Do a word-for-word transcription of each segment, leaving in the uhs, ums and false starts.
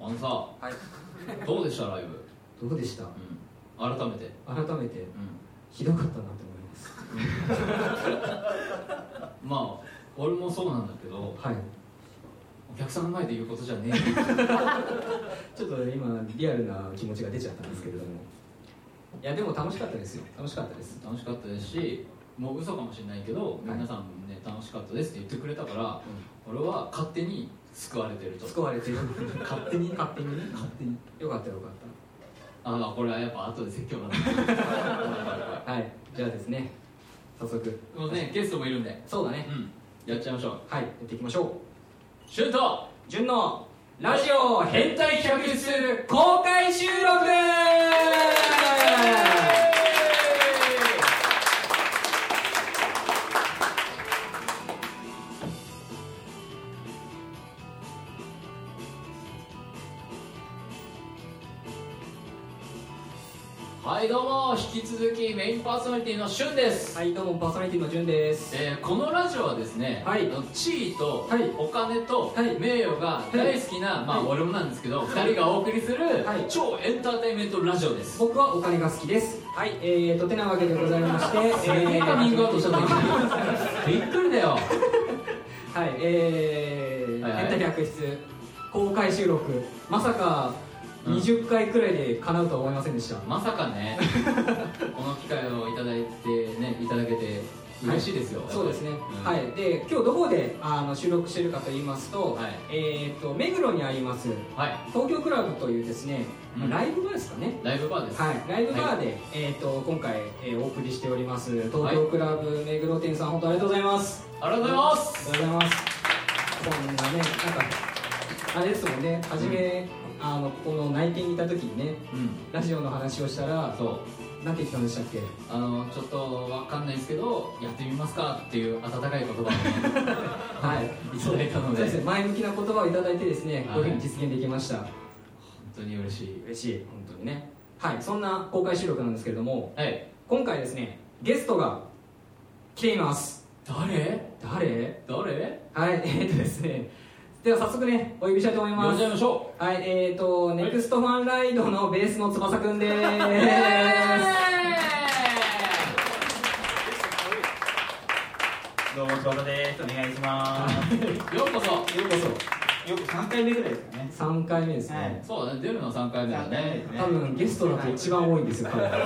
あのさ、 はい、 どうでしたライブ？ どうでした、うん、 改めて改めて、うん、ひどかったなと思いますまあ俺もそうなんだけど、はい、お客さんの前で言うことじゃねえちょっと今リアルな気持ちが出ちゃったんですけれども、いやでも楽しかったですよ。楽しかったです楽しかったですし、もう嘘かもしれないけど、はい、皆さんね楽しかったですって言ってくれたから、うん、俺は勝手に救われてると。 救われてる勝手に勝手にね勝手によかったよかった。 ああこれはやっぱ後で説教なんだはい、じゃあですね早速もうねゲストもいるんで、 そうだね、 うん、やっちゃいましょう。 はい、やっていきましょう。 シュンとジュンのラジオ変態百出公開収録。 はいどうも、引き続きメインパーソナリティのしゅんです。 はいどうも、パーソナリティのじゅんです。 えー、このラジオはですね、はい、地位とお金と名誉が大好きな、はい、まあ、はい、俺もなんですけど、はい、ふたりがお送りする、はい、超エンターテインメントラジオです。 僕はお金が好きです。はい、えーとてなわけでございましてえー、カミングアウトしたときびっくりだよはい、えー、はいはい、変態百出公開収録、まさかにじゅっかいくらいで叶うとは思いませんでした。 まさかねこの機会をいただいてね、いただけて嬉しいですよ、はい、 そうですね、うん、はい。で今日どこであの収録してるかと言いますと、はい、えー、と目黒にあります、はい、東京クラブというですね、うん、ライブバーですかね。 ライブバーです、 はい、ライブバーで、はい、えー、と今回、えー、お送りしております東京クラブ目黒店さん、本当ありがとうございます。 ありがとうございます。 ありがとうございます。こんなね、なんかあれですもんね、初め、うんあのこの内見にいた時にね、うん、ラジオの話をしたら、そうなんて言ってたんでしたっけ。 あのちょっとわかんないですけどやってみますかっていう温かい言葉を、ねはい、いただいたので、そうですね、前向きな言葉をいただいてですね、こういうふうに実現できました。本当に嬉しい嬉しい本当にね。はい、そんな公開収録なんですけれども、はい、今回ですねゲストが来ています。 誰誰誰はい、えー、っとですねでは早速ねお呼びしたいと思います。 呼んじゃいましょう。 はい、えーと、はい、ネクストファンライドのベースの翼くんでーす。 どうも翼です。お願いします。 ようこそ。 ようこそ。 よくさんかいめぐらいですかね。 さんかいめですね。はい、 そうだね、出るのはさんかいめだね。 多分ゲストだと一番多いんですよ。最多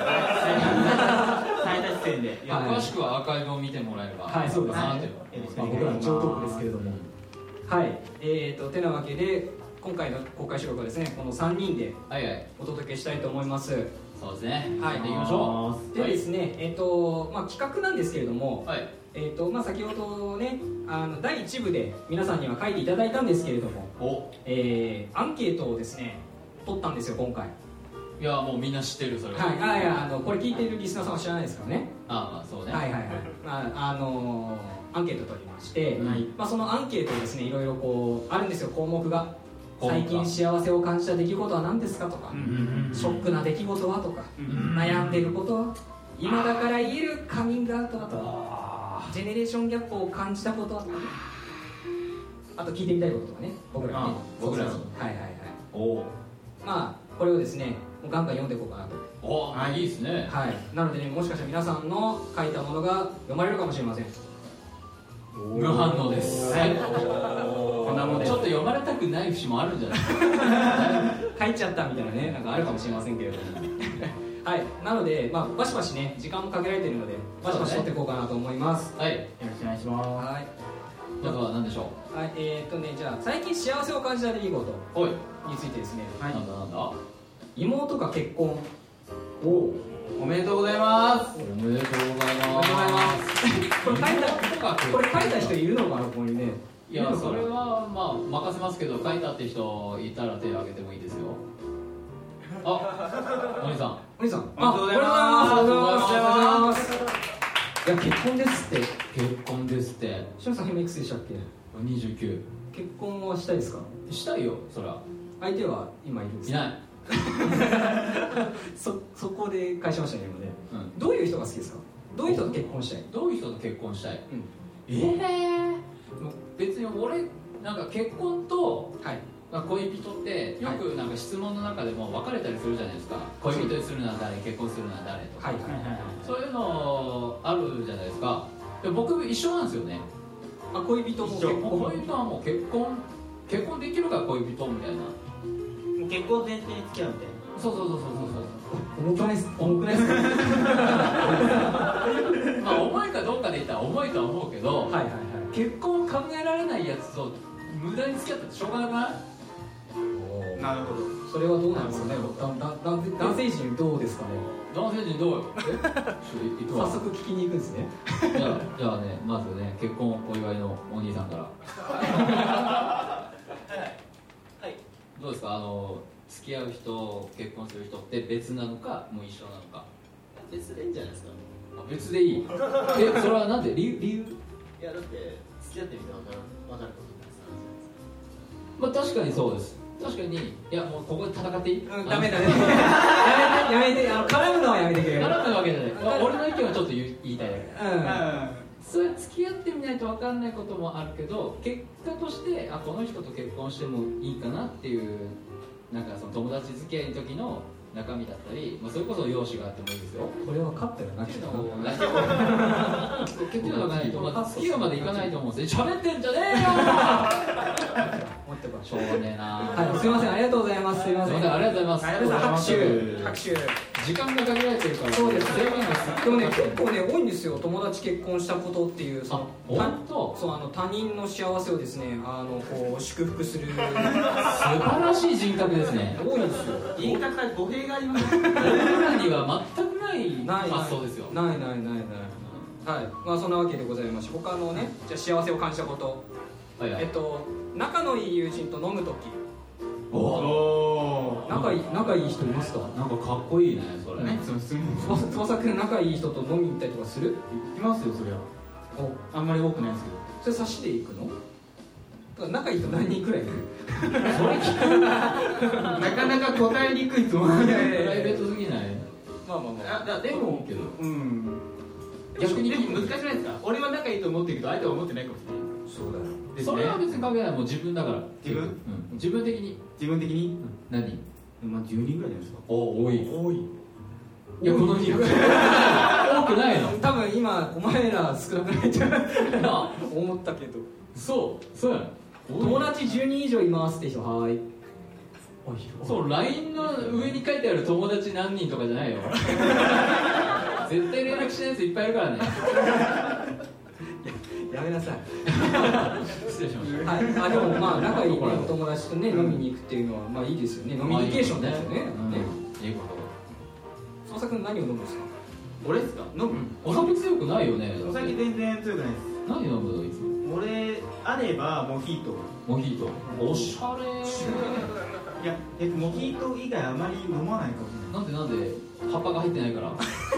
出演で。 詳しくはアーカイブを見てもらえば。 はい、そうですね。 まあ、 僕らの超トップですけれども。はい、えーと、てなわけで今回の公開収録はですねこのさんにんでお届けしたいと思います。 そうですね、 はい、 行きましょう。でですね、えーとまあ、企画なんですけれども、はい、えーとまあ、先ほどねあのだいいち部で皆さんには書いていただいたんですけれども、お、えー、アンケートをですね取ったんですよ今回。 いやもうみんな知ってるそれは。 はい、あいやあのこれ聞いているリスナーさんは知らないですからね。 あまあそうね。 はいはいはい、まああのーアンケート取りまして、はい、まあ、そのアンケートですねいろいろこうあるんですよ項目が。最近幸せを感じた出来事は何ですかとか、うんうんうん、ショックな出来事はとか、うんうん、悩んでいることは、今だから言えるカミングアウトはとか、ジェネレーションギャップを感じたことはとか、あと聞いてみたいこととかね、僕らね、 僕らのはいはいはい、おまあこれをですねガンガン読んでいこうかなと。 おあ、いいですね。 はい、なのでねもしかしたら皆さんの書いたものが読まれるかもしれません。 無反応です。はい。こんなもんでちょっと読まれたくない節もあるんじゃないですか。書いちゃったみたいなね、なんかあるかもしれませんけれども。はい。なので、まあバシバシね時間もかけられているので、バシバシ取っていこうかなと思います。 はい。 よろしくお願いします。 はい。 あとは何でしょう。はい。えー、っとねじゃあ最近幸せを感じた出来事についてですね。 はい。なんだなんだ。 妹が結婚。 お。おめでとうございます。 おめでとうございます。これ書いたこれ書いた人いるのかなここにね。 いやそれはまあ任せますけど書いたって人いたら手を挙げてもいいですよ。あ、お兄さん。 お兄さん。 おめでとうございます。 おめでとうございます。いや結婚ですって。 結婚ですって。 しゅんさん今いくつでしたっけ？ にじゅうきゅう。 結婚はしたいですか？ したいよそら。 相手は今いるんですか？ いない。 そ, そこで返しましたね今ね、うん、どういう人が好きですか？どういう人と結婚したい？ どういう人と結婚したい、うん、ええー、別に俺なんか結婚とまあ、恋人ってよくなんか質問の中でも分かれたりするじゃないですか、はい、恋人にするのは誰、結婚するのは誰とか、はいはいはいはい、そういうのあるじゃないですか。で僕一緒なんですよね。 あ、恋人も結婚、 恋人はもう結婚結婚できるから恋人みたいな、 もう結婚前提に付き合うみたいな。 そうそうそうそうそう重くないですか？重くないですか？ まあ重いかどうかで言ったら重いとは思うけど、はいはいはい、結婚考えられないやつと無駄に付き合ったってしょうがなくない？ なるほど。 それはどうなんですかね。男性陣どうですかね。 男性陣どうよ。 早速聞きに行くんですね。 じゃあ、じゃあね、まずね、結婚お祝いのお兄さんから。はい。どうですか、あの付き合う人、結婚する人って別なのか、もう一緒なのか。 別でいいんじゃないですか。 あ、別でいい。え、それはなんで、理由、理由？ いやだって付き合ってみてわかるわかることです。 まあ確かにそうです。確かに、いやもうここで戦っていい？ うん、ダメだね。やめて、やめて、あの絡むのはやめてくれ。 絡むわけじゃない。まあ、俺の意見はちょっと言いたいだけ。 うん。 それ付き合ってみないと分かんないこともあるけど、結果としてあこの人と結婚してもいいかなっていうなんかその友達付き合いの時の中身だったり、まあ、それこそ容姿があってもいいですよ。 これは勝ったよな。 っていうのを結局のがないと、まあ、付き合うまでいかないと思うんですよ。喋ってんじゃねえよしょうがねえな。 はい、すみません、ありがとうございます。すみません、 ありがとうございます。 拍手拍手。 時間が限られてるから、 そうです。 制限がすでもね、結構ね、多いんですよ。友達結婚したことっていう、その本当そう、あの他人の幸せをですね、あのこう祝福する素晴らしい人格ですね。 多いんですよ。 人格から語弊がありますね。 僕らには全くない発想ですよ。 ないないないないない。はい、まあそんなわけでございまして、他のね、じゃあ幸せを感じたこと、はいはい、えっと仲のいい友人と飲むとき。 おお。 仲いい仲いい人いますか？ なんかかっこいいね、それ。ね、 翼くん仲いい人と飲みに行ったりとかする？ いますよ、そりゃ。お、あんまり多くないですけど。 それ差しで行くの？だから仲いい人何人くらいいる？ それ聞くなかなか答えにくいと思う。プライベートすぎない？ まあまあまあ。 あ、でもけど、うん。逆にでも難しくないですか？俺は仲いいと思ってるけど相手は思ってないかもしれない。 そうだよ。 それは別に関係ない。もう自分だから。 自分？うん。 自分的に。 自分的に？ 何？ まあじゅうにんぐらいじゃないですか。 お、多い。 多い。 いや、この日多くないの？ 多分今お前ら少なくないって思ったけど。 そう、そうやん。 友達じゅうにん以上いますって人、はーい。 そう、ライン の上に書いてある友達何人とかじゃないよ。絶対連絡しないやついっぱいいるからね。 やめなさい。 失礼しました。 はい、あでもまあ仲いいお友達とね飲みに行くっていうのはまあいいですよね。飲みニケーションですよね。 いいこと。 翼くん何を飲むんですか？ 俺ですか？飲む。 お酒強くないよね。 お酒全然強くないです。 何飲むのいつも？ 俺あればモヒート。 モヒート。おしゃれ。 いや、えっとモヒート以外あまり飲まないかもしれない。 なんでなんで葉っぱが入ってないから。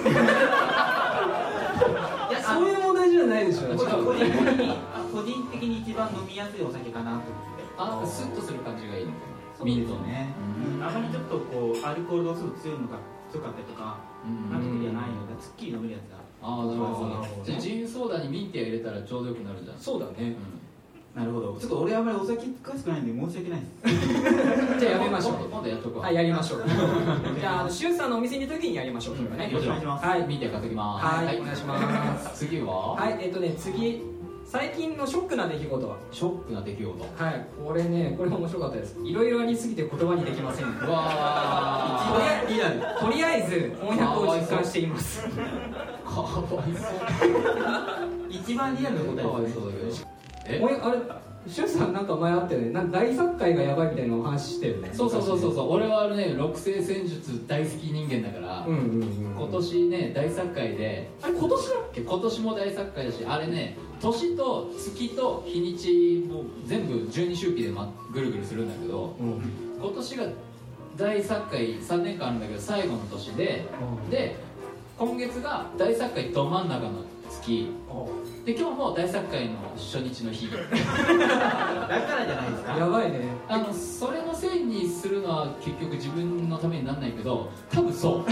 いや、そういう問題じゃないでしょ。 個人的に個人的に一番飲みやすいお酒かなと思って。 あ、スッとする感じがいいの。 ミントね。あまりちょっとこうアルコール度数強いのが強かったりとか、なんとかじゃないのがすっきり飲めるやつが。 ああ、なるほど。じゃあジンソーダにミンティア入れたらちょうどよくなるじゃん。 そうだね。 なるほど。ちょっと俺あんまりお酒詳しくないんで申し訳ないです。 じゃあやめましょう。 今度やっとこう。 はい、やりましょう。じゃあ、しゅんさんのお店にいる時にやりましょう。それはね。 よろしくお願いします。 はい、 ミンティア買ってきます。 はい、お願いします。 次は？ はい、えっとね、次。最近のショックな出来事は？ ショックな出来事。 はい、これね、これ面白かったです。いろいろありすぎて言葉にできません。 うわー。リアル。とりあえず翻訳を実感しています。 かわいそう。 一番リアルな答えですね。 かわいそうだけど。 え？あれ？しゅんさんなんか前あったよね。なんか大作界がやばいみたいなお話してるね。 そうそうそうそうそう。俺はね、六星戦術大好き人間だから、うんうんうんうん、今年ね大作界で、あれ今年だっけ？今年も大作界だし、あれね年と月と日にちも全部じゅうに周期で、ま、ぐるぐるするんだけど、うん、今年が大作界さんねんかんあるんだけど最後の年で、うん、で今月が大作界ど真ん中の月。で今日も大作会の初日の日だからじゃないですか。 やばいね。 あのそれのせいにするのは結局自分のためにならないけど多分そう、うん、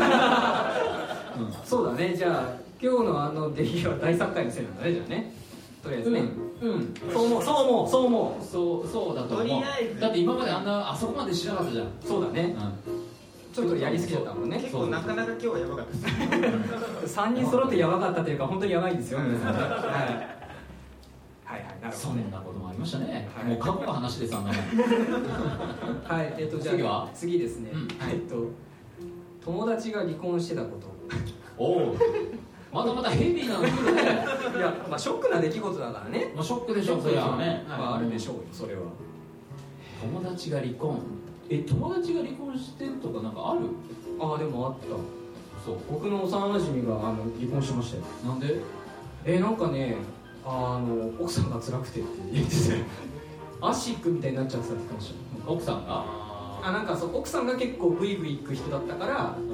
そうだね。じゃあ今日のあの出来は大作会のせいなんだね。じゃあね。 とりあえずね、うん、うん、そう思うそう思うそう思うそうそうだと思う。 とりあえずだって今まであんなあそこまでしなかったじゃん。 そうだね、うん、ちょっとやりすぎだったもんね。 結構なかなか今日はやばかったですさんにん揃ってやばかったというか本当にやばいんですよ皆さんね、はい、はいはいなるほどね。 そんなこともありましたね、はい、もう過去の話ですあんなもんはいえっとじゃあ次は次ですね、うん、えっと友達が離婚してたことおおまだまだヘビーなの来るねいや、まあ、ショックな出来事だからね。 まあ、ショックでしょうそれはね、 まあ、あるでしょうよそれは。 友達が離婚え友達が離婚してるとかなんかある？ ああでもあった。 そう僕の幼馴染があの離婚しましたよ。 なんで？ えなんかねあの奥さんが辛くてって言っててアシックみたいになっちゃってたって言ってました。 奥さんがあなんかそう奥さんが結構グイグイ行く人だったから、うん、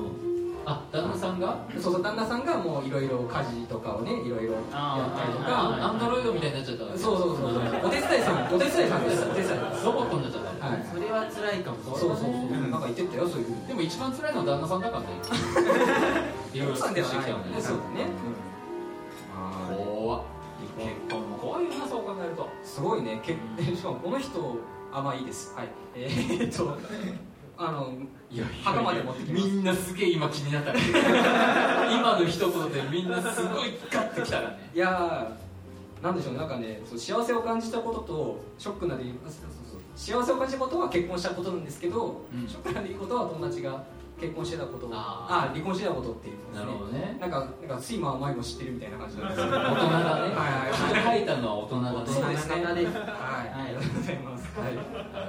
あ旦那さんがそうそう旦那さんがもういろいろ家事とかをねいろいろやったりとかアンドロイドみたいになっちゃった。 そうそうそうお手伝いさんお手伝いさんですお手伝いロボットになっちゃった、 はい、それは辛いかも。 そうそうそう、うん、なんか言ってたよそういう。 でも一番辛いのは旦那さんだからね奥さんではないよね。そうだね、 うん、怖っ結婚も怖いよなそう考えると。 すごいね結しかもこの人あまあいいですはいえー、っとあのいや墓まで持ってきます。 みんなすげえ今気になった今の一言でみんなすごいガッてきたからね。 いやーなんでしょうなんかねそう幸せを感じたこととショックな出来事幸せを感じたことは結婚したことなんですけど、うん、ショックな出来事は友達が結婚してたことああ離婚してたことっていうことですね。 なるほどね。 なんかなんか睡魔は前も知ってるみたいな感じなんですけど大人だねはいはい書いたのは大人だね。 そうですねはい、 はい、 ありがとうございます。はい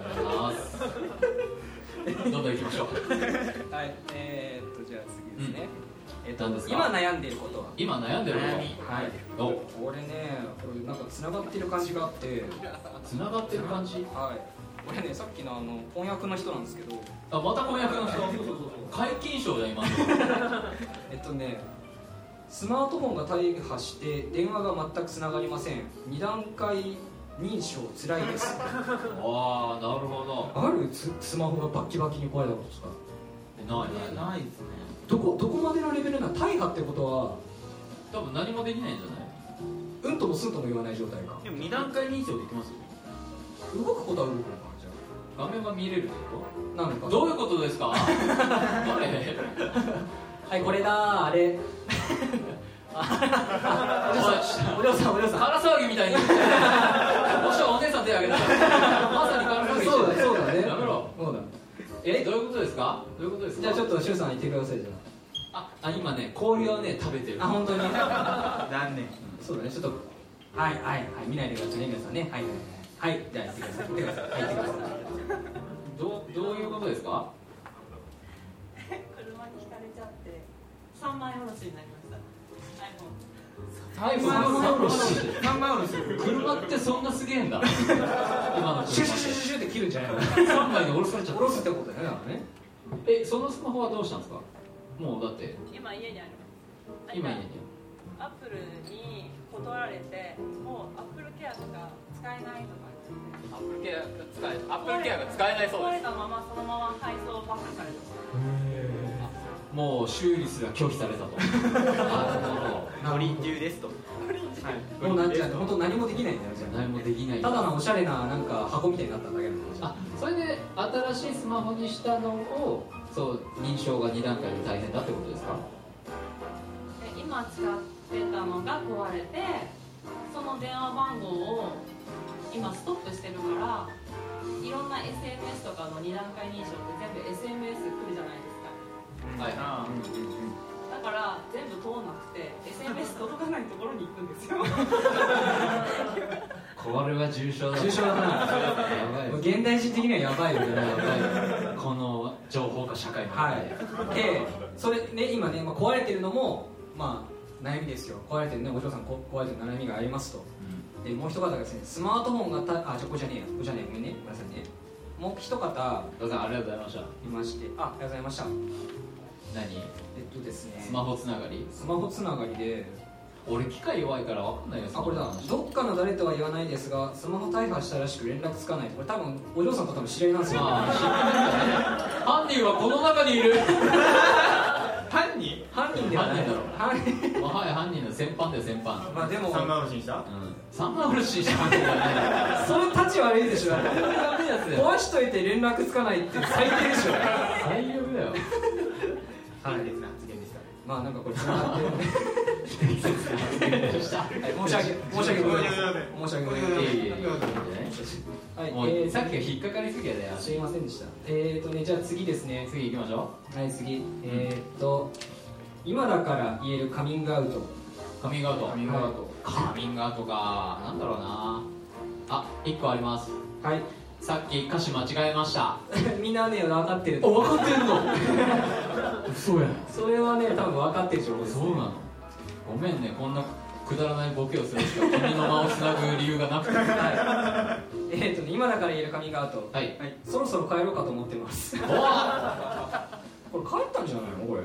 どんどん行きましょうはいえー、っとじゃあ次ですね、うん、えー、っと何ですか今悩んでいることは今悩んでることはいおこれねこれなんかつながってる感じがあってつながってる感じはい俺ねさっきのあの翻訳の人なんですけどあまた翻訳の人皆勤賞だ今えっとねスマートフォンが大破して電話が全くつながりませんに段階認証つらいですああなるほど。 あるススマホがバッキバキに壊れたことですか？ ないないないですね。 どこどこまでのレベルな大破ってことは多分何もできないんじゃない？ うんともすんとも言わない状態か。 でもに段階認証できますよ。 動くことは動くのかじゃあ画面が見れるってことなのか。 どういうことですか？ はいこれだあれお嬢さんお嬢さん空騒ぎみたいにもしお姉さん手あげたらまさに空騒ぎそうだそうだねやめろそうだえどういうことですかどういうことですか。 じゃあちょっとシュウさん言ってください。じゃああ今ね氷をね食べてる。 あ本当に残念。 そうだねちょっとはいはいはい見ないでくださいね皆さんねはいはいはいじゃあ言ってください言ってくださいはい言ってくださいどうどういうことですか。 車にひかれちゃってさんまいおろしになりました。 さんまいおろしさんまいおろし車ってそんなすげえんだ今のシュシュシュシュシュって切るんじゃないのさんまいにおろされちゃった。 おろすってことだよねだからね。 えそのスマホはどうしたんですか。もうだって今家にあります。 今家にアップルに断られてもうアップルケアとか使えないとかアップルケアが使えアップルケアが使えないそうです。 壊れたままそのまま配送バックされた。 もう修理すら拒否されたと五輪中ですと、はい、 もうなんちゃう本当何もできないんだよじゃあ何もできないただのおしゃれななんか箱みたいになっただけなんだ。 あそれで新しいスマホにしたのをそう認証がに段階で大変だってことですか。 で今使ってたのが壊れてその電話番号を今ストップしてるからいろんな エスエムエス とかのに段階認証って全部 エスエムエス 来るじゃないですか。 はい、あだから全部通んなくて エスエムエス 届かないところに行くんですよこれは重症だ重症だなやばい現代人的にはやばいよね。やばいこの情報化社会の中で、はい、でそれね今ね、まあ、壊れてるのもまあ悩みですよ。壊れてるねお嬢さん壊れてる悩みがありますと、うん、でもう一方がですねスマートフォンがたあじゃあこれじゃねえやこれじゃねえごめんねごめんなさいねもう一方どうぞありがとうございましたいましてあありがとうございました。 何えっとですねスマホつながりスマホつながりで俺機械弱いから分かんないよ。 あこれだどっかの誰とは言わないですがスマホ大破したらしく連絡つかないこれ多分お嬢さんと多分知り合いなんですよ。 ああ知ってるんだね犯人はこの中にいる犯人犯人人ではない犯人だろはいもはや犯人の先般だよ先般。 まあでも三万おろしにしたうん三万嬉しいし犯人じゃないそれタチ悪いでしょダメやつだよ。 壊しといて連絡つかないって最低でしょ最悪だよ。 はいですな発言でしたまあなんかこれつながってるんでしたはい申し訳申し訳ございません申し訳ございませんいやいやいやはいもうえーさっきが引っかかりすぎやだよ。 すいませんでしたえーとねじゃあ次ですね次行きましょはい次えーっと今だから言えるカミングアウトう。カミングアウト。 カミングアウトカミングアウトか。なんだろうな。あ、一個あります。 はいさっき歌詞間違えました。 みんなね分かってるあ、分かってんの。嘘やん。 それはね多分分かってる情報ですそうなの。ごめんね、こんなくだらないボケをするしか君の間をつなぐ理由がなくて。はえーっとね今だから言えるカミングアウトい。 はいそろそろ帰ろうかと思ってますおわ。 これ帰ったんじゃないのこれ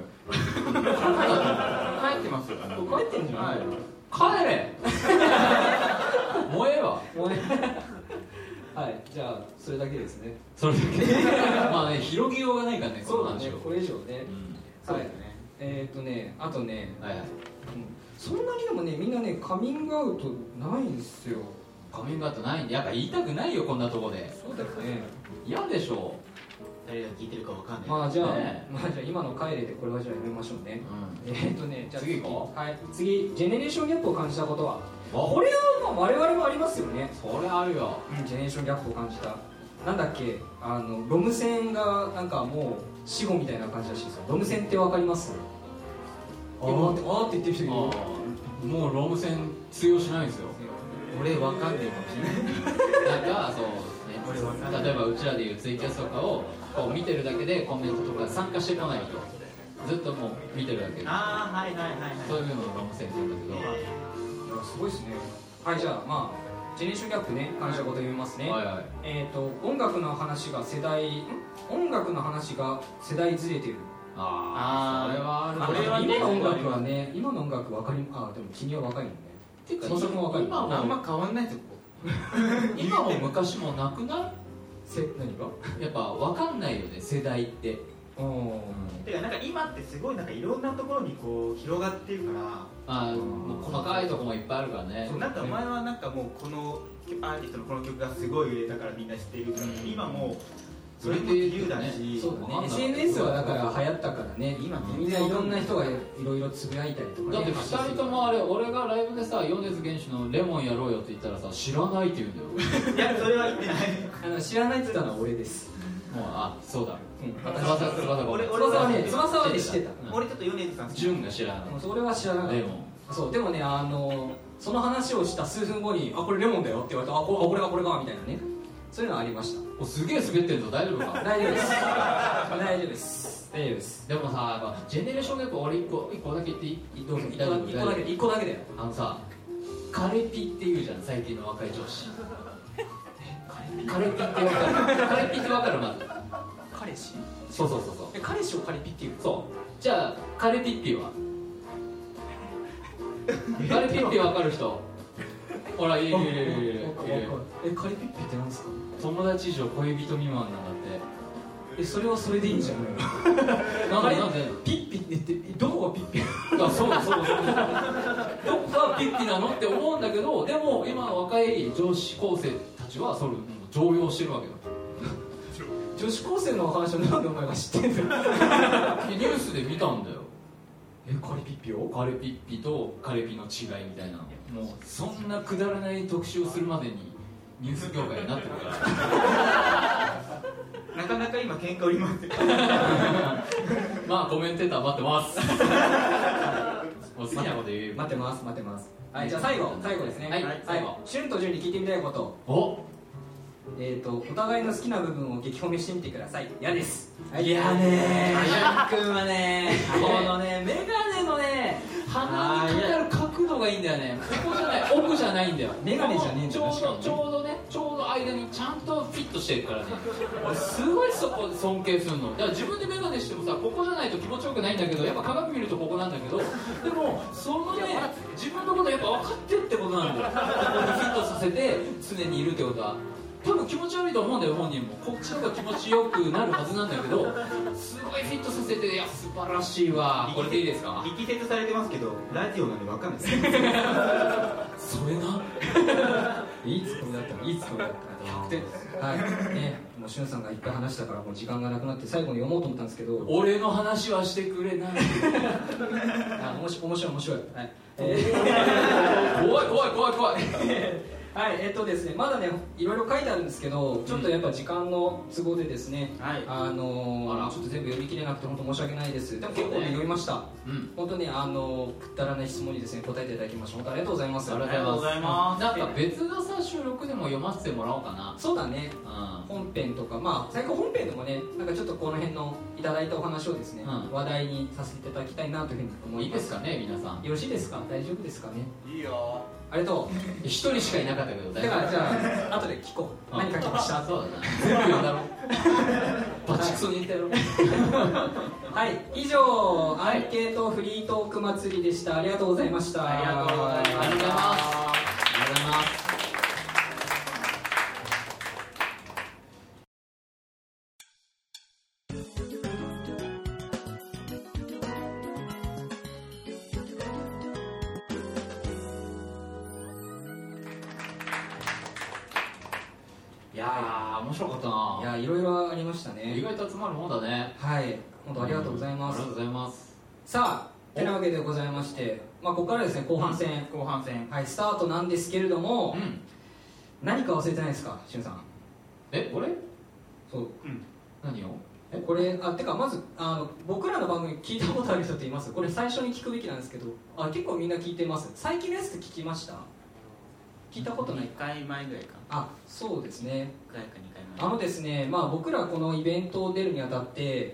帰ってますよこれ帰ってんじゃない帰れ。もうええわ。 もうねはいじゃあそれだけですねそれだけ。まあね、広げようがないからね。 そうだこの話をねこれ以上ねうんそうですねえーっとねあとねはいはい。 うんそんなにでもねみんなねカミングアウトないんですよカミングアウトないんで、やっぱ言いたくないよ、こんなとこで。 そうだよね嫌でしょ。 誰が聞いてるかわかんないまあじゃあ、 ねまあじゃあ今の帰れでこれはじゃあやめましょうねうえーっとねじゃあ次行こはい次ジェネレーションギャップを感じたことはん。 これはまあ我々もありますよねそれあるよ。 うんジェネレーションギャップを感じたなんだっけあのロム線がなんかもう死後みたいな感じらしいですよロム線ってわかりますあ今あってあーって言ってる人いるよあーもうローム線通用しないんですよ。 俺わかんないかもしれないなんかそう俺わかんないね、例えばうちらでいうツイキャスとかをこう見てるだけでコメントとか参加してこない人、ずっともう見てるだけで、 ああはいはいはいはいそういうのをローム線って言うんだけど、 いやすごいですねはいじゃあまあジェネレーションギャップね感じたこと読みますね、 はいはい。 えっ、と音楽の話が世代ん音楽の話が世代ずれてるああ、それはある。 あこれはね今の音楽はね今の音楽わかりあでも君は若いもんねてか創作も若い今もあんま変わんないですよ今も昔もなくなせ何がやっぱ分かんないよね、世代って。 うんてかなんか今ってすごいなんかいろんなところにこう広がってるからあーもう細かいとこもいっぱいあるからね。 そうなんか前はなんかもうこのアーティストのこの曲がすごい売れたからみんな知っているけど、 うん今もうそれも自由だし、 そうだねわかんないエスエヌエス はだから流行ったからね今みんないろんな人がいろいろつぶやいたりとかねだってふたりともあれ、俺がライブでさ、米津玄師のレモンやろうよって言ったらさ、知らないって言うんだよ。 いやそれは言ってないあの知らないって言ったのは俺ですもう、あ、そうだ。 うん翼、翼、 俺翼はね翼はね知ってたうん俺ちょっと米津さん好き純が知らない。 もうそれは知らなかったレモン。 そうでもねあのその話をした数分後に「あこれレモンだよ」って言われて「あこあこれがこれが」みたいなねそういうのはありましたおすげえ滑ってんぞ、大丈夫か。 大丈夫です大丈夫です大丈夫ですでもさ、やっぱジェネレーションギャップ、俺一個、一個だけ言っていい？どうぞ。 一個だ一個だけ一個だけだよあのさ、カレピって言うじゃん、最近の若い女子。カレピってわかる？カレピってわかる？まず。 彼氏そうそうそうそう。 え彼氏をカレピっていうそう。じゃあ、カレピッピはカレピッピわかる人？ほら、いるいるいるいるいる。 えカレピッピって何ですか友達以上恋人未満なんだって。 えそれはそれでいいんじゃないなんあれでなんでピッピってどこがピッピあそうそうそうどこがピッピなのって思うんだけど、でも今の若い女子高生たちはそれもう常用してるわけよ。 女子高生の話をなんでお前が知ってんのニュースで見たんだよ。 えカレピッピをカレピッピとカレピの違いみたいな。もうそんなくだらない特集をするまでにニュース業界になってるからなかなか今喧嘩売りますよまあコメンテーター待ってますもう好きなこと言う。 待ってます待ってますはいじゃあ最後最後ですねはい最後はいシュンとジュンに聞いてみたいことおえーとお互いの好きな部分を激褒めしてみてください嫌ですいやねー、シャン君はね、このね、メガネのね、鼻にかかる角度がいいんだよね。ここじゃない、奥じゃないんだよ。 メガネじゃねえんだよちょうど、ちょうどね、ちょうど間にちゃんとフィットしてるからね。俺すごいそこ尊敬するの。だから自分でメガネしてもさ、ここじゃないと気持ちよくないんだけど、やっぱ鏡見るとここなんだけど、でも、そのね、自分のことやっぱ分かってるってことなんだよ。ここにフィットさせて、常にいるってことは。 多分気持ち悪いと思うんだよ本人も。こっちの方が気持ちよくなるはずなんだけど、すごいフィットさせて、いや素晴らしいわ。これでいいですか？ 力説されてますけどラジオなんで分かんないですそれないいツッコミだったいいツッコミだったひゃくてんはいね、もうしゅんさんがいっぱい話したからもう時間がなくなって最後に読もうと思ったんですけど、 俺の話はしてくれないあ面白い面白い面白い、はいえー、怖い怖い怖い怖いはいえっとですねまだねいろいろ書いてあるんですけど、ちょっとやっぱ時間の都合でですね、 はい、 あのー、ちょっと全部読み切れなくて本当申し訳ないです。でも結構ね読みました、うん、本当にあのくったらない質問にですね答えていただきました。本当ありがとうございます。 ありがとうございます。なんか別のさ収録でも読ませてもらおうかな。 そうだね、うん、本編とかまあ最近本編でもねなんかちょっとこの辺のいただいたお話をですね、うん、話題にさせていただきたいなというふうに思います。 いいですかね皆さん。 よろしいですか？大丈夫ですかね？ いいよ。 ありがとう。 一人しかいなかったけど大丈夫。 だからじゃあ後で聞こう。何書きました？ そうだな。全部読んだろ。バチクソに言ったやろ。 はい、以上アンケートフリートーク祭りでした。ありがとうございました。 ありがとうございます。 ありがとうございます。ありがとうございます。いやー面白かったな。 いやいろいろありましたね。 意外と集まるもんだね。 はい本当ありがとうございます、 うん、ありがとうございます。 さあてなわけでございまして、まあ、ここからですね後半戦、 後半戦はいスタートなんですけれども、うん、何か忘れてないですかしゅんさん？ え俺？ そう、 うん、何を？ えこれあてかまずあの僕らの番組聞いたことある人っています？これ最初に聞くべきなんですけど、あ結構みんな聞いてます。最近のやつって聞きました？聞いたことない？ いっかいまえぐらいか。 あそうですね。 いっかいかにかいまえ。 あのですね、まあ、僕らこのイベントを出るにあたって、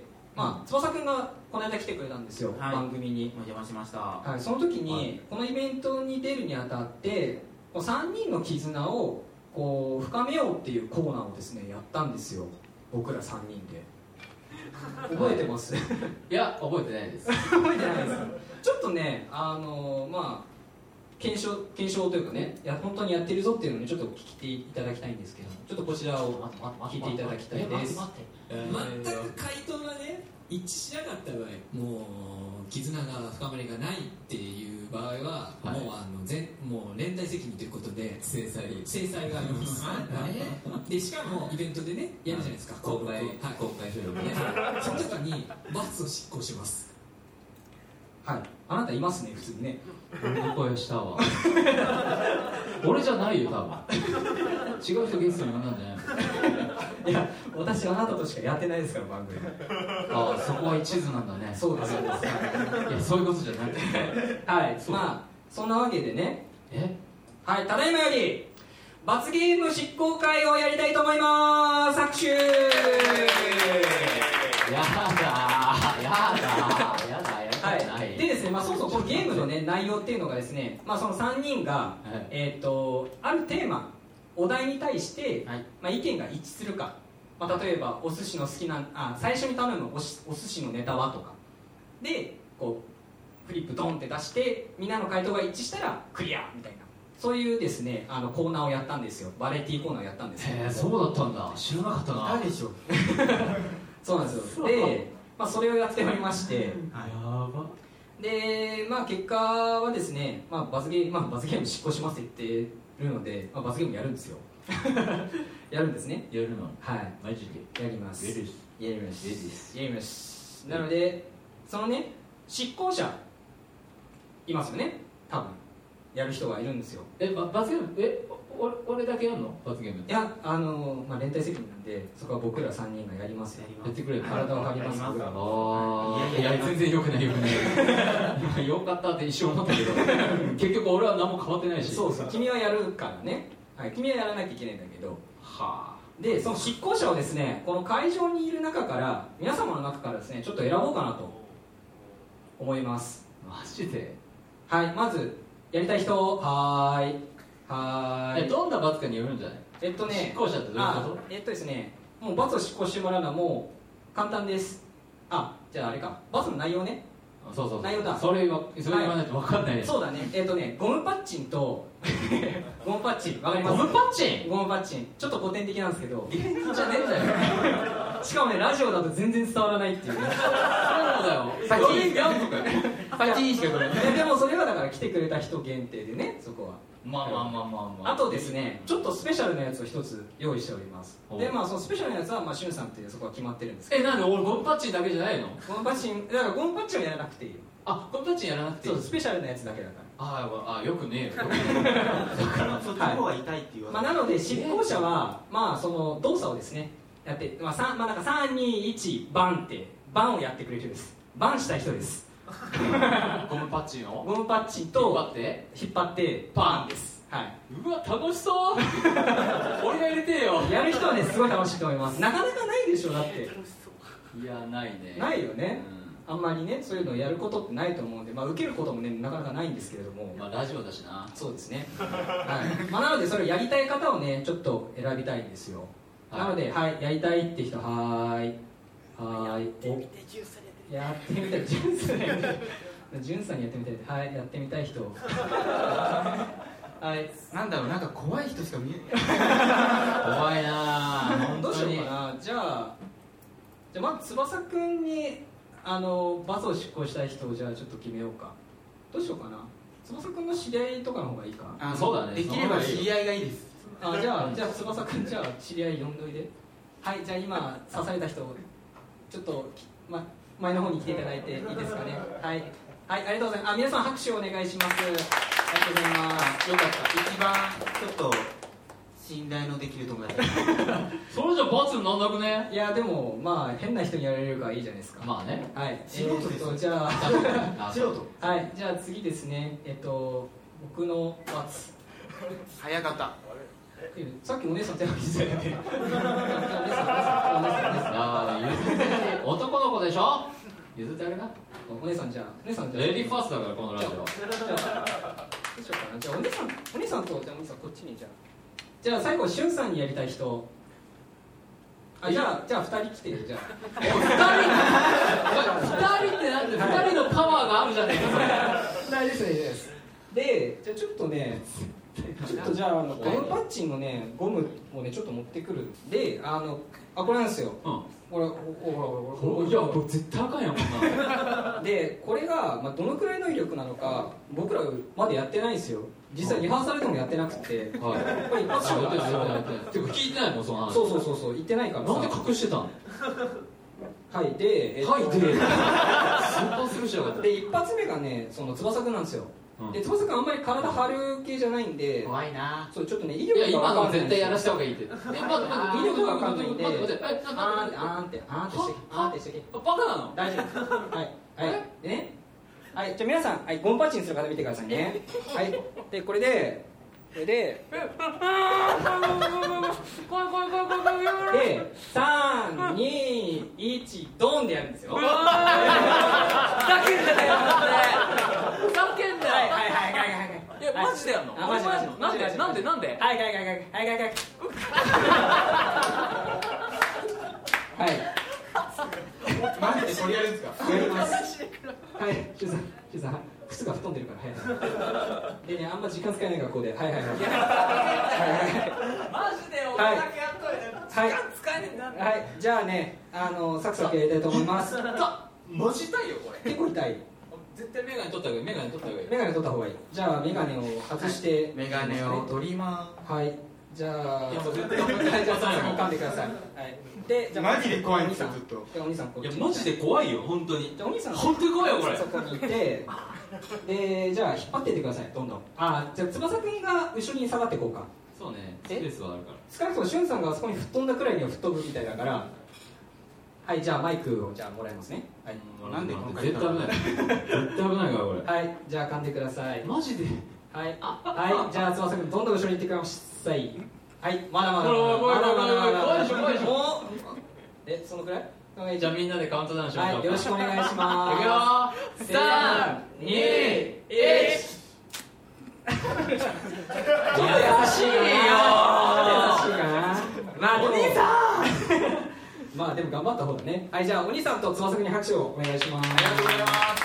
まあ、翼くんがこの間来てくれたんですよ、はい、番組にお邪魔しました、 はい、その時に、はい、このイベントに出るにあたってさんにんの絆をこう深めようっていうコーナーをですねやったんですよ僕らさんにんで。覚えてます？いや覚えてないです覚えてないですちょっとねあのまあ検証、検証というかねいや本当にやってるぞっていうのを、ね、ちょっと聞いていただきたいんですけどちょっとこちらを聞いていただきたいです。 全く回答がね一致しなかった場合もう絆が深まりがないっていう場合は、はい、もうあの全もう連帯責任ということで制裁制裁がありますでしかもイベントでねやるじゃないですか公開、はい、公開収録ねその時に罰を執行します。 はい、あなたいますね普通にね。 俺の声したわ俺じゃないよ多分違う人ゲストに呼んだんじゃないいや私あなたとしかやってないですから番組。 ああそこは一途なんだね。 そうですそうですいやそういうことじゃなくてはいまあそんなわけでねえはいただいまより罰ゲーム執行会をやりたいと思います。拍手。やだやだやだはい、でですね、まあ、そもそもこのゲームの、ね、内容っていうのがですね、まあ、そのさんにんが、はい、えー、とあるテーマお題に対して、はいまあ、意見が一致するか、まあ、例えばお寿司の好きなあ最初に頼むおしお寿司のネタはとかでこうフリップドンって出してみんなの回答が一致したらクリアみたいなそういうですねあのコーナーをやったんですよ。バラエティーコーナーをやったんですよ。 へえそうだったんだ知らなかったな。 誰でしょうそうなんですよ。でまあ、それをやっておりまして、 やばで、まあ、結果はですね、まあ、罰ゲーム、まあ、罰ゲーム執行しますって言ってるので、まあ、罰ゲームやるんですよやるんですね。 やるのはいマジでやります。 やりますやりますやりますなのでそのね執行者いますよね多分やる人がいるんですよ。 え罰ゲームえ俺, 俺だけやるの罰ゲーム。 いやあの、まあ、連帯責任なんでそこは僕らさんにんがやりますよ。 やってくれる体を張ります僕ら。 ああいやいや全然よくないよくないよかったって一生思ったけど結局俺は何も変わってないし。 そうそう君はやるからね、はい、君はやらなきゃいけないんだけどはあ。 でその執行者をですねこの会場にいる中から皆様の中からですねちょっと選ぼうかなと思います。 マジで。 はいまずやりたい人はーいはーい。 どんな罰かによるんじゃない？えっとね執行者ってどういうこと？ えっとですねもう罰を執行してもらうのはもう簡単です。あじゃああれか罰の内容ねそうそう内容だ。 それはそれ言わないと分かんない、はい、 そうだね。えっ、ー、とねゴムパッチンとゴムパッチンわかります？ ゴムパッチン？ ゴムパッチンちょっと古典的なんですけど。 芸人じゃねえんだよ。 しかもねラジオだと全然伝わらないっていうね。 そうだよ。先にやんとかよ。先にしかこれ。 でもそれはだから来てくれた人限定でねそこは。 まあまあまあまあまあ。 あとですねちょっとスペシャルなやつを一つ用意しております。でまあそのスペシャルなやつはまあしゅんさんっていうそこは決まってるんですけど。 えなんで俺ゴムパッチンだけじゃないの？ ゴムパッチンだからゴムパッチンはやらなくていいよ。 あゴムパッチンやらなくていい。 そうスペシャルなやつだけだから。 ああよくねえよ。だからそっちの方が痛いっていうわけ。 まあなので執行者はまあその動作をですねやってまあさんまあなんかさんにいちバンってバンをやってくれる人です。バンしたい人です。 ゴムパッチンをゴムパッチンと引っ張って引っ張ってバンです。はい。 うわ楽しそう。俺が入れてよ。 やる人はねすごい楽しいと思います。なかなかないでしょだって。 いやないね。 ないよね。うん、あんまりねそういうのをやることってないと思うんで、まあ受けることもねなかなかないんですけれども。 まあラジオだしな。 そうですね。はい。まあなのでそれをやりたい方をねちょっと選びたいんですよ。はい、なのではいやりたいって人はーいはーいおやってみたいジュンさんジュンさんにやってみたいはいやってみたい人。はい、 なんだろうなんか怖い人しか見えない。 怖いな。 どうしようかな。じゃあじゃあまず翼くんにあの罰を執行したい人をじゃあちょっと決めようか。どうしようかな。翼くんの知り合いとかの方がいいか。 あそうだね。 できれば知り合いがいいです。 あじゃあじゃあ翼くんじゃあ知り合い呼んどいで。はいじゃあ今刺された人ちょっと、ま、前の方に来ていただいていいですかね。はいはいありがとうございます。あ皆さん拍手をお願いします。ありがとうございます。 よかった。一番ちょっと信頼のできる友達。 それじゃ罰になんなくね。 いやでもまあ変な人にやられるからいいじゃないですか。 まあね。 はい。 素人です。 えー、じゃあ素人。 はいじゃあ次ですね。えっと僕の罰。 早かった。 さっきお姉さん手挙げてたよね。 男の子でしょ。譲ってあげな。 お姉さんじゃあお姉さんじゃあレディーファーストだからこのラジオ。 どうしようかな。じゃあお姉さんお姉さんとじゃあお姉さんこっちにじゃあじゃあ最後しゅんさんにやりたい人。あじゃあじゃあふたり来てるじゃあ。 ふたりってなんでふたりのパワーがあるじゃねえかそれ。 大丈夫です大丈夫です。でじゃあちょっとね。ちょっとじゃああのゴムパッチンのねゴムをねちょっと持ってくるんであのあこれなんですよ。うん。これほらほらいやこれ絶対あかんやんこんな。でこれがまあどのくらいの威力なのか僕らまだやってないんですよ。実際リハーサルでもやってなくて。はい。これ一発勝負ですよ。 てか聞いてないもんその話。 そうそうそうそう言ってないから。 なんで隠してたの？ はいで、 えっと、はいでスーパースルーしやがった。 で一発目がねその翼くんなんですよ。うん、で翼くんあんまり体張る系じゃないんで怖いな。 そうちょっとね威力が分かんない。いや今の絶対やらせた方がいいって。 威力が分かんないんであーんってあーんってあーんってしてあーんってしてバカなの？ 大丈夫。はいはいでねはいじゃあ皆さんはいゴムパッチンする方見てくださいね。はいでこれでこれででさんにいちドンでやるんですよ。ふざけんなよふざけんなよ。 はいはいはいはいはい。 いやマジでやんの？ あマジマジなんでなんでなんで？ はいはいはいはいはいはいはいはいマジでそれやるんですか？ やります。はいシュウさんシュウさん靴が吹っ飛んでるからはいでねあんま時間使えないからここではいはいはいマジで俺だけやっといて時間使えねえんだ。 はいじゃあねあのサクサクやりたいと思います。 マジ痛いよこれ。 結構痛い。 絶対メガネ取った方がいい。メガネ取った方がいい。 メガネ取った方がいい。じゃあメガネを外してメガネを取ります。はいじゃあいやもう絶対はいじゃあ先に噛んでください。はいでじゃあマジで怖いんですよずっと。 じゃあお兄さんこっち。 いやマジで怖いよ本当に。 じゃあお兄さん本当に怖いよこれ。 そこにいてでじゃあ引っ張っていってくださいどんどん。あじゃあ翼くんが後ろに下がっていこうか。 そうねスペースはあるから。 少なくともしゅんさんがあそこに吹っ飛んだくらいには吹っ飛ぶみたいだから。はいじゃあマイクをじゃあもらいますね。はいなんで今回絶対危ない絶対危ないからこれ。 はいじゃあ噛んでください。 マジで。 はいはいじゃあ翼くんどんどん後ろに行ってください。はいまだまだまだ怖い怖い怖い怖い怖いでしょ怖いでしょ。 もうえそのくらい。 じゃあみんなでカウントダウンしましょう。 はいよろしくお願いします。 いくよさんにいち。 ちょっと優しいよ優しいかな。まあお兄さんまあでも頑張った方だね。はいじゃあお兄さんと翼くんに拍手をお願いします。 ありがとうございます。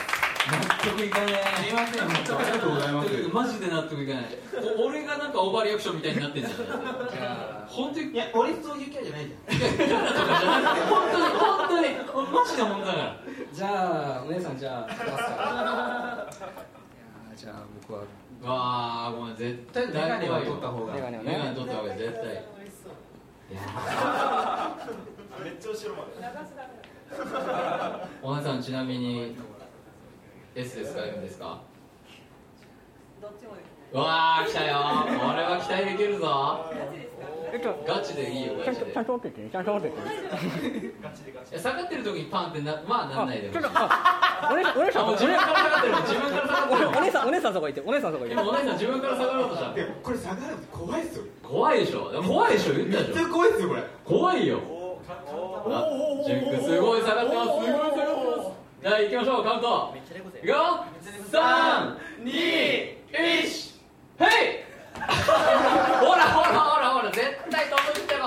得いかねすいません、本当ありがとうございます。 マジで納得いかない。お俺がなんかオーバーリアクションみたいになってんじゃん。本当にいや、俺そういうキャラじゃないじゃん。 いやキャラとかじゃなくて本当に本当にマジなもんだから。 じゃあお姉さんじゃあ出ますか。いやじゃあ僕はわあごめん絶対メガネは取った方がメガネをメガネね。 取った方が絶対。いやめっちゃ後ろまでお姉さんちなみに S ですか M ですか。 どっちもですね。 うわー来たよこれは期待できるぞ。 ガチですか？ ガチでいいよガチで。 ちゃんと持っててちゃんと持ってて。 いや下がってる時にパンってなまあなんないでもいい。 お姉さんお姉さんあもう自分から下がってる自分から下がってる。 お姉さんお姉さんそこ行ってお姉さんそこ行って。 今お姉さん自分から下がろうとしたの。 でもこれ下がるの怖いっすよ。 怖いでしょ怖いでしょ言ったでしょ。 怖いっすよこれ。 怖いよ。あジュンクすごい下がってますすごい下がってます。じゃあ行きましょうカウントいくよさんにいちヘイほらほらほらほら絶対飛ぶってこ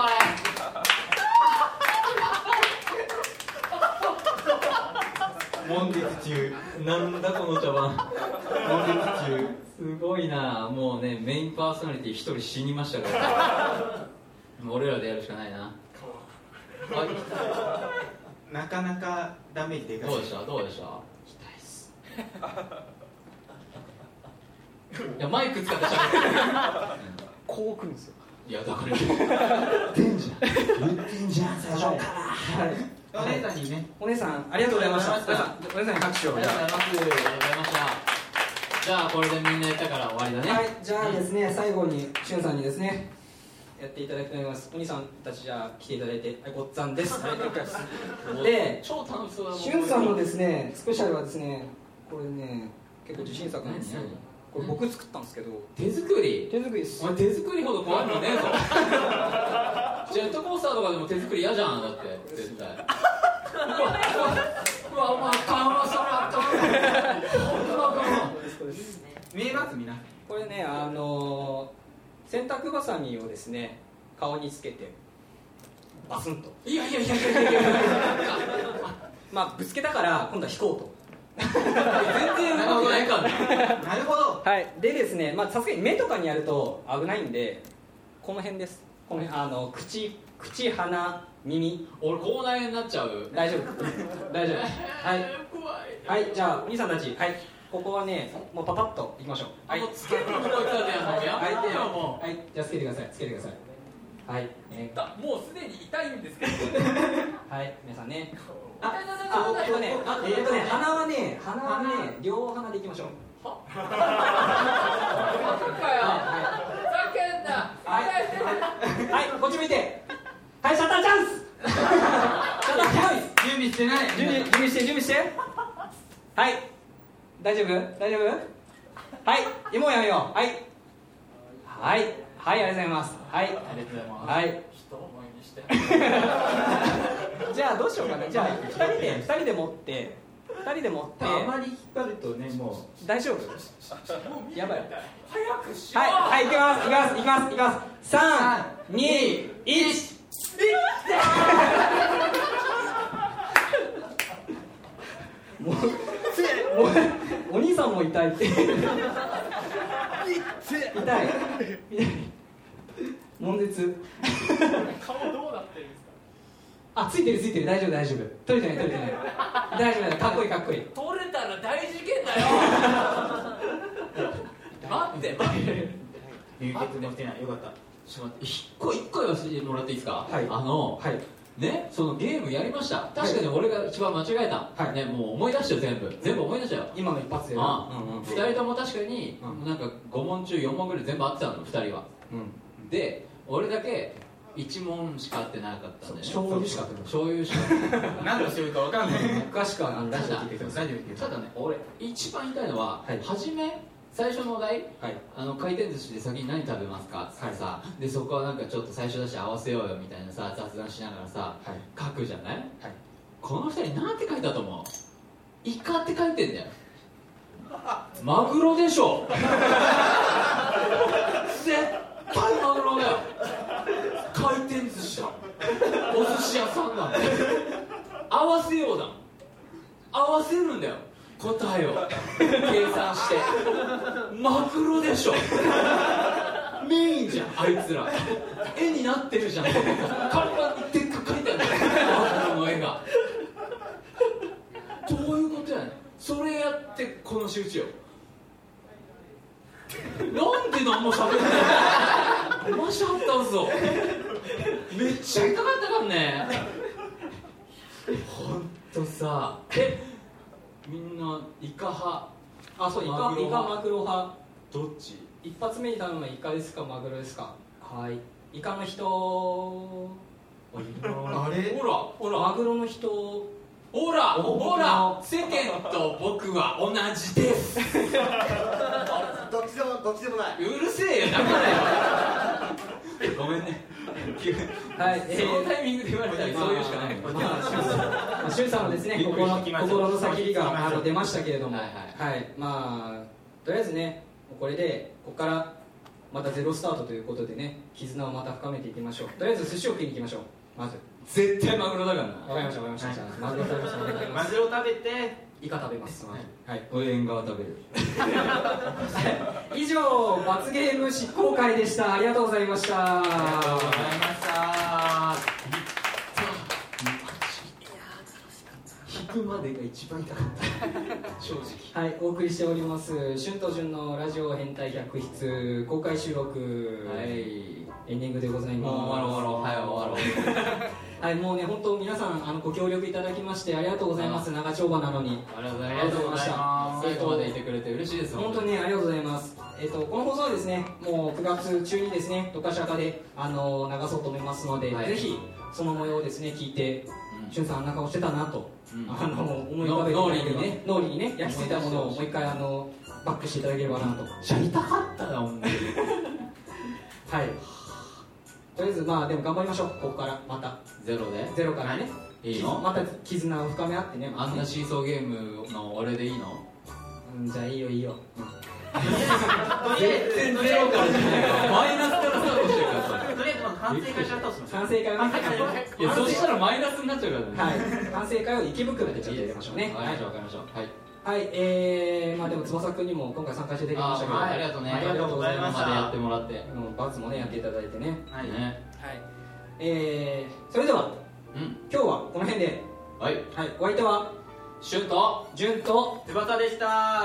れ悶絶中。 なんだこの茶番悶絶中。 すごいなもうねメインパーソナリティ一人死にましたからもう俺らでやるしかないな。はいなかなかダメージでかい。 どうでしたどうでした。痛いっすいやマイク使ってしゃべってるこう来るんですよ。 いやだから言ってんじゃん言ってんじゃん最初から。 お姉さんにね。 お姉さんありがとうございました。お姉さんお姉さんに拍手を。 ありがとうございますありがとうございました。じゃあこれでみんなやったから終わりだね。 はいじゃあですね最後にしゅんさんにですねやっていただきたいと思います。お兄さんたちじゃあ来ていただいて、はい、ごっつぁんです。で、 超楽しそうだもん。 しゅんさんのですね、スペシャルはですね、これね、結構自信作なんですよ。これ僕作ったんですけど、 手作り手作りですお。前手作りほど怖いのねえぞジェットコースターとかでも手作り嫌じゃんだって絶対うわうわお前緩和それあかんわ見えますみんな。 これね、あのー、洗濯バサミをですね、顔につけて、バスンと。 いやいやいやいやいやいやまあ、ぶつけたから、今度は引こうと。 全然うまくないからねなるほど。 はい、でですね、まあ、さすがに目とかにやると危ないんで、この辺です。この辺、あの口、口、鼻、耳。 俺口内炎になっちゃう。 大丈夫。大丈夫。はい。はい、じゃあ、お兄さんたち、はい、ここはね、もうパパッといきましょう。はい。 もうつけるとこ行ったじゃん。もうやめてよもう。 はい、じゃあつけてください。つけてください。はい。えー、 もうすでに痛いんですけど。 はい、皆さんね。 あ、 あ、えっとね、あ、えっとね、鼻はね、鼻はね、両鼻でいきましょう。 はバカかよ。ふざけんな。 はい、はい、こっち向いて。はい、シャッターチャンス。シャッターチャンス。 準備してない。 準備、準備して、準備して。はい。大丈夫？大丈夫？はい。もうやめよう。はい。はい。はい、ありがとうございます。はい。 ありがとうございます。 はい。 人を前にして。 じゃあどうしようかな。じゃあ二人で二人で持って二人で持って。 あまり引っ張るとねもう大丈夫？やばい。 早くしよう。 はい、はい、行きます、行きます、行きます、行きます。三、二、一。もう、もう、お兄さんも痛いって。痛い。痛い。悶絶。 顔どうなってるんですか。 あ、ついてるついてる、大丈夫大丈夫。取れてない取れてない。大丈夫大丈夫、かっこいいかっこいい。 取れたら大事件だよ。待って待って。 流血でもしてない。よかった。 ちょっと待って、一個一個言わせてもらっていいですか。 はい。 あの、 はい。 ね、そのゲームやりました。確かに俺が一番間違えた。 はい。 ね、もう思い出したよ全部。全部思い出したよ。 今の一発で。 ああ、 うんうん。 二人とも確かに、なんかご問中よん問ぐらい全部合ってたの、二人は。 うん。 で、俺だけいち問しか合ってなかったんでね。 醤油しか合ってない。 醤油しか。 何の醤油かわかんない。 昔からあのラジオ聞いてください。 ただね、俺一番言いたいのは、 はい初め最初のお題、 はい。 あの回転寿司で先に何食べますかってさ、でそこはなんかちょっと最初だし合わせようよみたいなさ雑談しながらさ、 はい。 書くじゃない、 はい。 この二人なんて書いたと思う？イカって書いてんだよ。マグロでしょ。絶対マグロだよ。回転寿司だ。お寿司屋さんだもん。合わせようだもん。合わせるんだよ。 答えを計算してマグロでしょメインじゃんあいつら絵になってるじゃん看板にでっかく書いてあるマグロの絵がどういうことやねんそれやってこの仕打ちよなんで何も喋ってないのマジあったんぞめっちゃ痛かったからねほんとさえみんなイカ派あそうイカイカマグロ派どっち一発目に頼むのはイカですかマグロですかはいイカの人あれほらほらマグロの人ほらほら世間と僕は同じですどっちでもどっちでもないうるせえよだからよごめんねはい、 そのタイミングで言われたらそういうしかない、 まあ、しゅんさんのですね心の心の叫びがあの出ましたけれども、はいはいはい、まあとりあえずねこれでここからまたゼロスタートということでね絆をまた深めていきましょうとりあえず寿司を食いに行きましょうまず絶対マグロだからなわかりましたわかりました、はい、マグロ食べましたマグロ食べてイカ食べます、はい、 はい、縁側食べる以上罰ゲーム執行会でしたありがとうございましたありがとうございました引くまでが一番痛かった正直はいお送りしております春と潤のラジオ変態百室公開収録、はい、エンディングでございますもう終わろう終わろうはい終わろうはい、もうね、本当皆さんあのご協力いただきましてありがとうございます。長丁場なのにありがとうございました。最後までいてくれて嬉しいです。 本当にね、ありがとうございます。えっとこの放送はですね、もうくがつ中にですね、どかしゃかであの流そうと思いますので、はい、ぜひその模様をですね聞いて、しゅんさんあんな顔してたなと、うん、あの思い浮かべていただければね、脳裏にね焼き付いたものをもう一回あのバックしていただければなと。 やりたかったな本当に。 はい。とりあえずまあでも頑張りましょうここからまたゼロでゼロからねいいのまた絆を深め合ってねあんなシーソーゲームの俺でいいのうんじゃあいいよいいよ、うん、 全然ゼロからじゃないかマイナスからスタートしてるからさとりあえず反省会しちゃったんです反省会をねいやそしたらマイナスになっちゃうからねはい反省会を池袋でちょっとやりましょうねわかりましょうわかりましょうはいはい、えー、まあでも翼くんにも今回参加していただきましたけど、 あ, ありがとうねありがとうございました。 までやってもらって、 うん、罰もねやっていただいてね。 はい。 ねはい。えー、それでは、うん、今日はこの辺で、 はい、 はい、お相手はシュンとジュンと翼でした。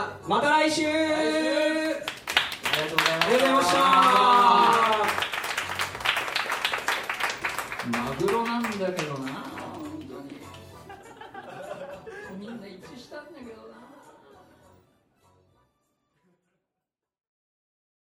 また来週。来週ありがとうございました。 マグロなんだけどな、本当に。みんな一致したんだけどな。